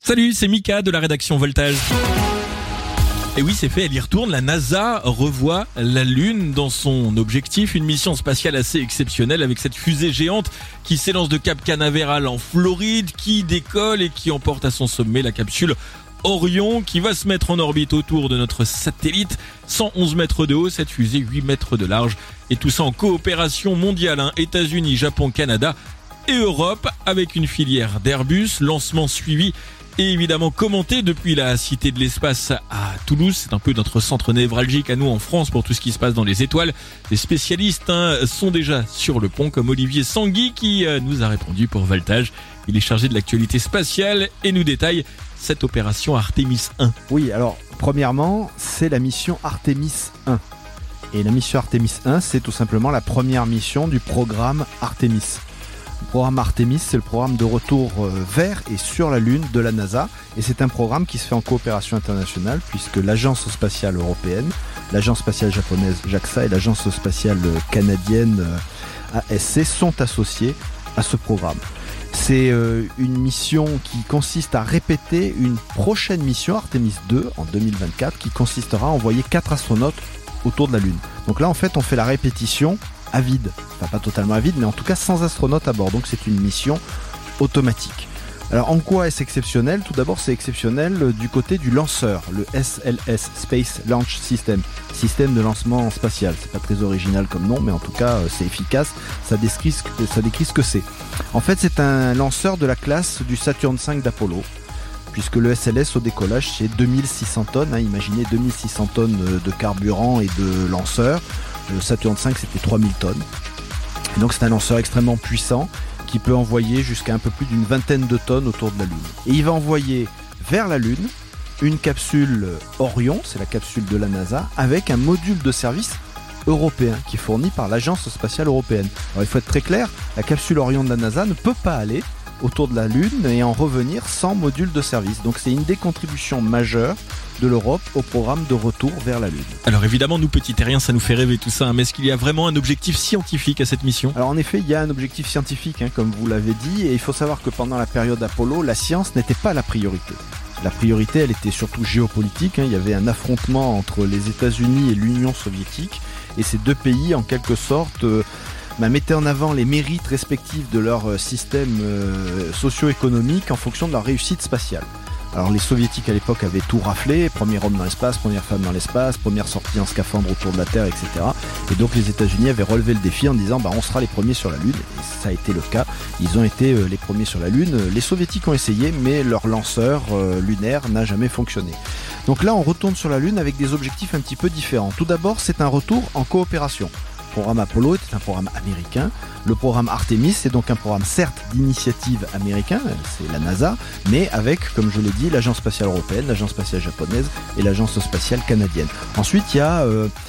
Salut, c'est Mika de la rédaction Voltage. Et oui, c'est fait, elle y retourne. La NASA revoit la Lune dans son objectif. Une mission spatiale assez exceptionnelle avec cette fusée géante qui s'élance de Cap Canaveral en Floride, qui décolle et qui emporte à son sommet la capsule Orion qui va se mettre en orbite autour de notre satellite. 111 mètres de haut, cette fusée 8 mètres de large. Et tout ça en coopération mondiale, États-Unis, Japon, Canada et Europe, avec une filière d'Airbus. Lancement suivi et évidemment commenté depuis la Cité de l'Espace à Toulouse. C'est un peu notre centre névralgique à nous en France pour tout ce qui se passe dans les étoiles. Les spécialistes sont déjà sur le pont, comme Olivier Sangui qui nous a répondu pour Voltage. Il est chargé de l'actualité spatiale et nous détaille cette opération Artemis 1. Oui, alors premièrement, c'est la mission Artemis 1. Et la mission Artemis 1, c'est tout simplement la première mission du programme Artemis. Le programme Artemis, c'est le programme de retour vers et sur la Lune de la NASA. Et c'est un programme qui se fait en coopération internationale puisque l'Agence spatiale européenne, l'Agence spatiale japonaise JAXA et l'Agence spatiale canadienne ASC sont associés à ce programme. C'est une mission qui consiste à répéter une prochaine mission Artemis 2 en 2024 qui consistera à envoyer 4 astronautes autour de la Lune. Donc là, en fait, on fait la répétition à vide. Enfin, pas totalement à vide, mais en tout cas sans astronautes à bord. Donc c'est une mission automatique. Alors en quoi est-ce exceptionnel ? Tout d'abord, c'est exceptionnel du côté du lanceur, le SLS, Space Launch System, système de lancement spatial. C'est pas très original comme nom, mais en tout cas c'est efficace, ça décrit ce que c'est. En fait, c'est un lanceur de la classe du Saturn V d'Apollo, puisque le SLS au décollage c'est 2600 tonnes, imaginez 2600 tonnes de carburant et de lanceur. Le Saturn V c'était 3000 tonnes. Et donc c'est un lanceur extrêmement puissant qui peut envoyer jusqu'à un peu plus d'une vingtaine de tonnes autour de la Lune. Et il va envoyer vers la Lune une capsule Orion, c'est la capsule de la NASA, avec un module de service européen qui est fourni par l'Agence spatiale européenne. Alors il faut être très clair, la capsule Orion de la NASA ne peut pas aller autour de la Lune et en revenir sans module de service. Donc c'est une des contributions majeures de l'Europe au programme de retour vers la Lune. Alors évidemment, nous petits terriens, ça nous fait rêver tout ça, mais est-ce qu'il y a vraiment un objectif scientifique à cette mission ? Alors en effet, il y a un objectif scientifique, comme vous l'avez dit, et il faut savoir que pendant la période Apollo, la science n'était pas la priorité. La priorité, elle était surtout géopolitique, il y avait un affrontement entre les États-Unis et l'Union soviétique, et ces deux pays, en quelque sorte, mettaient en avant les mérites respectifs de leur système socio-économique en fonction de leur réussite spatiale. Alors les soviétiques à l'époque avaient tout raflé, premier homme dans l'espace, première femme dans l'espace, première sortie en scaphandre autour de la Terre, etc. Et donc les États-Unis avaient relevé le défi en disant on sera les premiers sur la Lune. Et ça a été le cas, ils ont été les premiers sur la Lune. Les soviétiques ont essayé, mais leur lanceur lunaire n'a jamais fonctionné. Donc là on retourne sur la Lune avec des objectifs un petit peu différents. Tout d'abord c'est un retour en coopération. Le programme Apollo était un programme américain. Le programme Artemis, c'est donc un programme certes d'initiative américain, c'est la NASA, mais avec, comme je l'ai dit, l'Agence spatiale européenne, l'Agence spatiale japonaise et l'Agence spatiale canadienne. Ensuite, il y a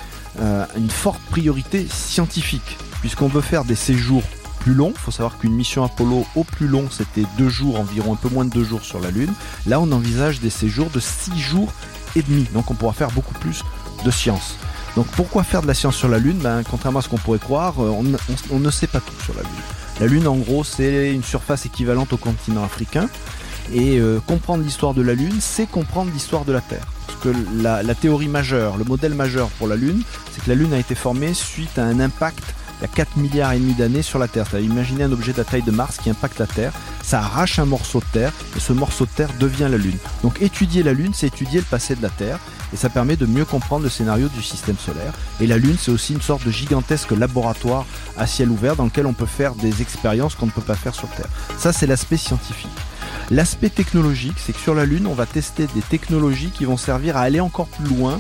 une forte priorité scientifique, puisqu'on veut faire des séjours plus longs. Il faut savoir qu'une mission Apollo au plus long, c'était 2 jours, environ un peu moins de 2 jours sur la Lune. Là, on envisage des séjours de 6 jours et demi, donc on pourra faire beaucoup plus de science. Donc pourquoi faire de la science sur la Lune ? Contrairement à ce qu'on pourrait croire, on ne sait pas tout sur la Lune. La Lune, en gros, c'est une surface équivalente au continent africain. Et comprendre l'histoire de la Lune, c'est comprendre l'histoire de la Terre. Parce que la théorie majeure, le modèle majeur pour la Lune, c'est que la Lune a été formée suite à un impact il y a 4 milliards et demi d'années sur la Terre. C'est-à-dire, imaginez un objet de la taille de Mars qui impacte la Terre, ça arrache un morceau de Terre et ce morceau de Terre devient la Lune. Donc étudier la Lune, c'est étudier le passé de la Terre et ça permet de mieux comprendre le scénario du système solaire. Et la Lune, c'est aussi une sorte de gigantesque laboratoire à ciel ouvert dans lequel on peut faire des expériences qu'on ne peut pas faire sur Terre. Ça, c'est l'aspect scientifique. L'aspect technologique, c'est que sur la Lune, on va tester des technologies qui vont servir à aller encore plus loin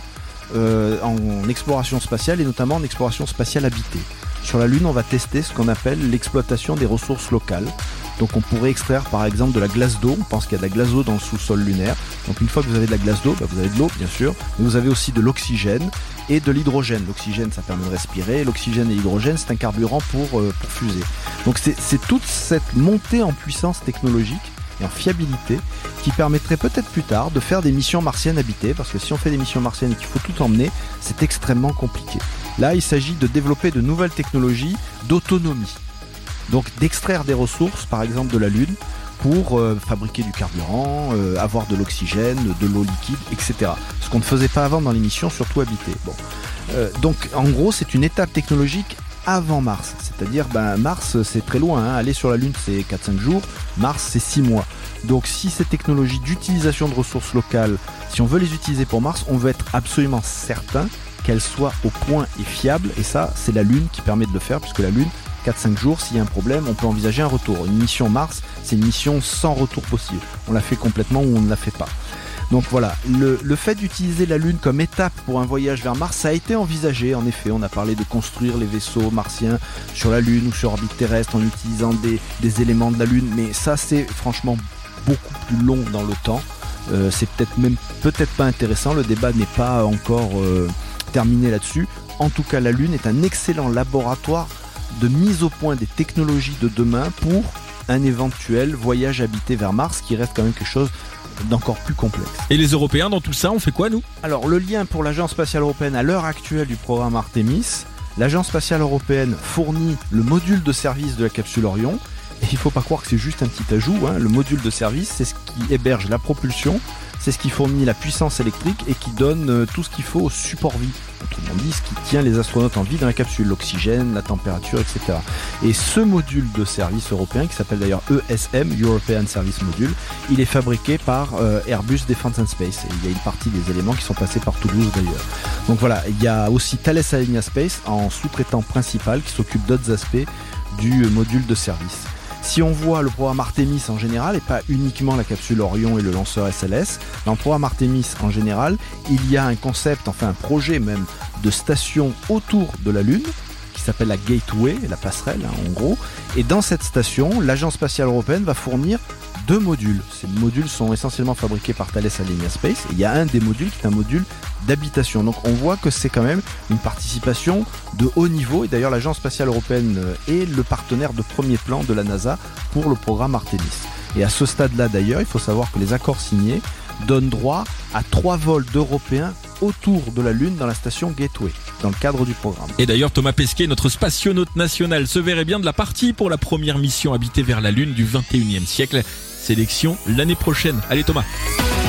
en exploration spatiale et notamment en exploration spatiale habitée. Sur la Lune, on va tester ce qu'on appelle l'exploitation des ressources locales. Donc on pourrait extraire par exemple de la glace d'eau. On pense qu'il y a de la glace d'eau dans le sous-sol lunaire. Donc une fois que vous avez de la glace d'eau, vous avez de l'eau bien sûr, mais vous avez aussi de l'oxygène et de l'hydrogène. L'oxygène, ça permet de respirer. L'oxygène et l'hydrogène, c'est un carburant pour fuser. Donc c'est toute cette montée en puissance technologique et en fiabilité qui permettrait peut-être plus tard de faire des missions martiennes habitées, parce que si on fait des missions martiennes et qu'il faut tout emmener, c'est extrêmement compliqué. Là, il s'agit de développer de nouvelles technologies d'autonomie. Donc d'extraire des ressources, par exemple de la Lune, pour fabriquer du carburant, avoir de l'oxygène, de l'eau liquide, etc. Ce qu'on ne faisait pas avant dans les missions, surtout habitées. Bon. Donc en gros, c'est une étape technologique avant Mars. C'est-à-dire, Mars, c'est très loin. Aller sur la Lune, c'est 4-5 jours. Mars, c'est 6 mois. Donc si ces technologies d'utilisation de ressources locales, si on veut les utiliser pour Mars, on veut être absolument certain qu'elles soient au point et fiables. Et ça, c'est la Lune qui permet de le faire, puisque la Lune, 4-5 jours, s'il y a un problème, on peut envisager un retour. Une mission Mars, c'est une mission sans retour possible. On la fait complètement ou on ne la fait pas. Donc voilà, le fait d'utiliser la Lune comme étape pour un voyage vers Mars, ça a été envisagé. En effet, on a parlé de construire les vaisseaux martiens sur la Lune ou sur orbite terrestre en utilisant des éléments de la Lune. Mais ça, c'est franchement beaucoup plus long dans le temps. C'est peut-être pas intéressant. Le débat n'est pas encore terminé là-dessus. En tout cas, la Lune est un excellent laboratoire de mise au point des technologies de demain pour un éventuel voyage habité vers Mars, qui reste quand même quelque chose d'encore plus complexe. Et les Européens dans tout ça, on fait quoi nous ? Alors le lien pour l'Agence spatiale européenne à l'heure actuelle du programme Artemis, l'Agence spatiale européenne fournit le module de service de la capsule Orion, et il ne faut pas croire que c'est juste un petit ajout, Le module de service, c'est ce qui héberge la propulsion, c'est ce qui fournit la puissance électrique et qui donne tout ce qu'il faut au support vie. Autrement dit, ce qui tient les astronautes en vie dans la capsule, l'oxygène, la température, etc. Et ce module de service européen, qui s'appelle d'ailleurs ESM, European Service Module, il est fabriqué par Airbus Defence and Space. Et il y a une partie des éléments qui sont passés par Toulouse d'ailleurs. Donc voilà, il y a aussi Thales Alenia Space en sous-traitant principal qui s'occupe d'autres aspects du module de service. Si on voit le programme Artemis en général, et pas uniquement la capsule Orion et le lanceur SLS, dans le programme Artemis en général, il y a un concept, enfin un projet même, de station autour de la Lune, qui s'appelle la Gateway, la passerelle en gros. Et dans cette station, l'Agence spatiale européenne va fournir 2 modules. Ces modules sont essentiellement fabriqués par Thales Alenia Space. Et il y a un des modules qui est un module d'habitation. Donc on voit que c'est quand même une participation de haut niveau. Et d'ailleurs l'Agence spatiale européenne est le partenaire de premier plan de la NASA pour le programme Artemis. Et à ce stade-là d'ailleurs, il faut savoir que les accords signés donnent droit à 3 vols d'Européens autour de la Lune dans la station Gateway, dans le cadre du programme. Et d'ailleurs Thomas Pesquet, notre spationaute national, se verrait bien de la partie pour la première mission habitée vers la Lune du 21e siècle. Sélection l'année prochaine. Allez Thomas.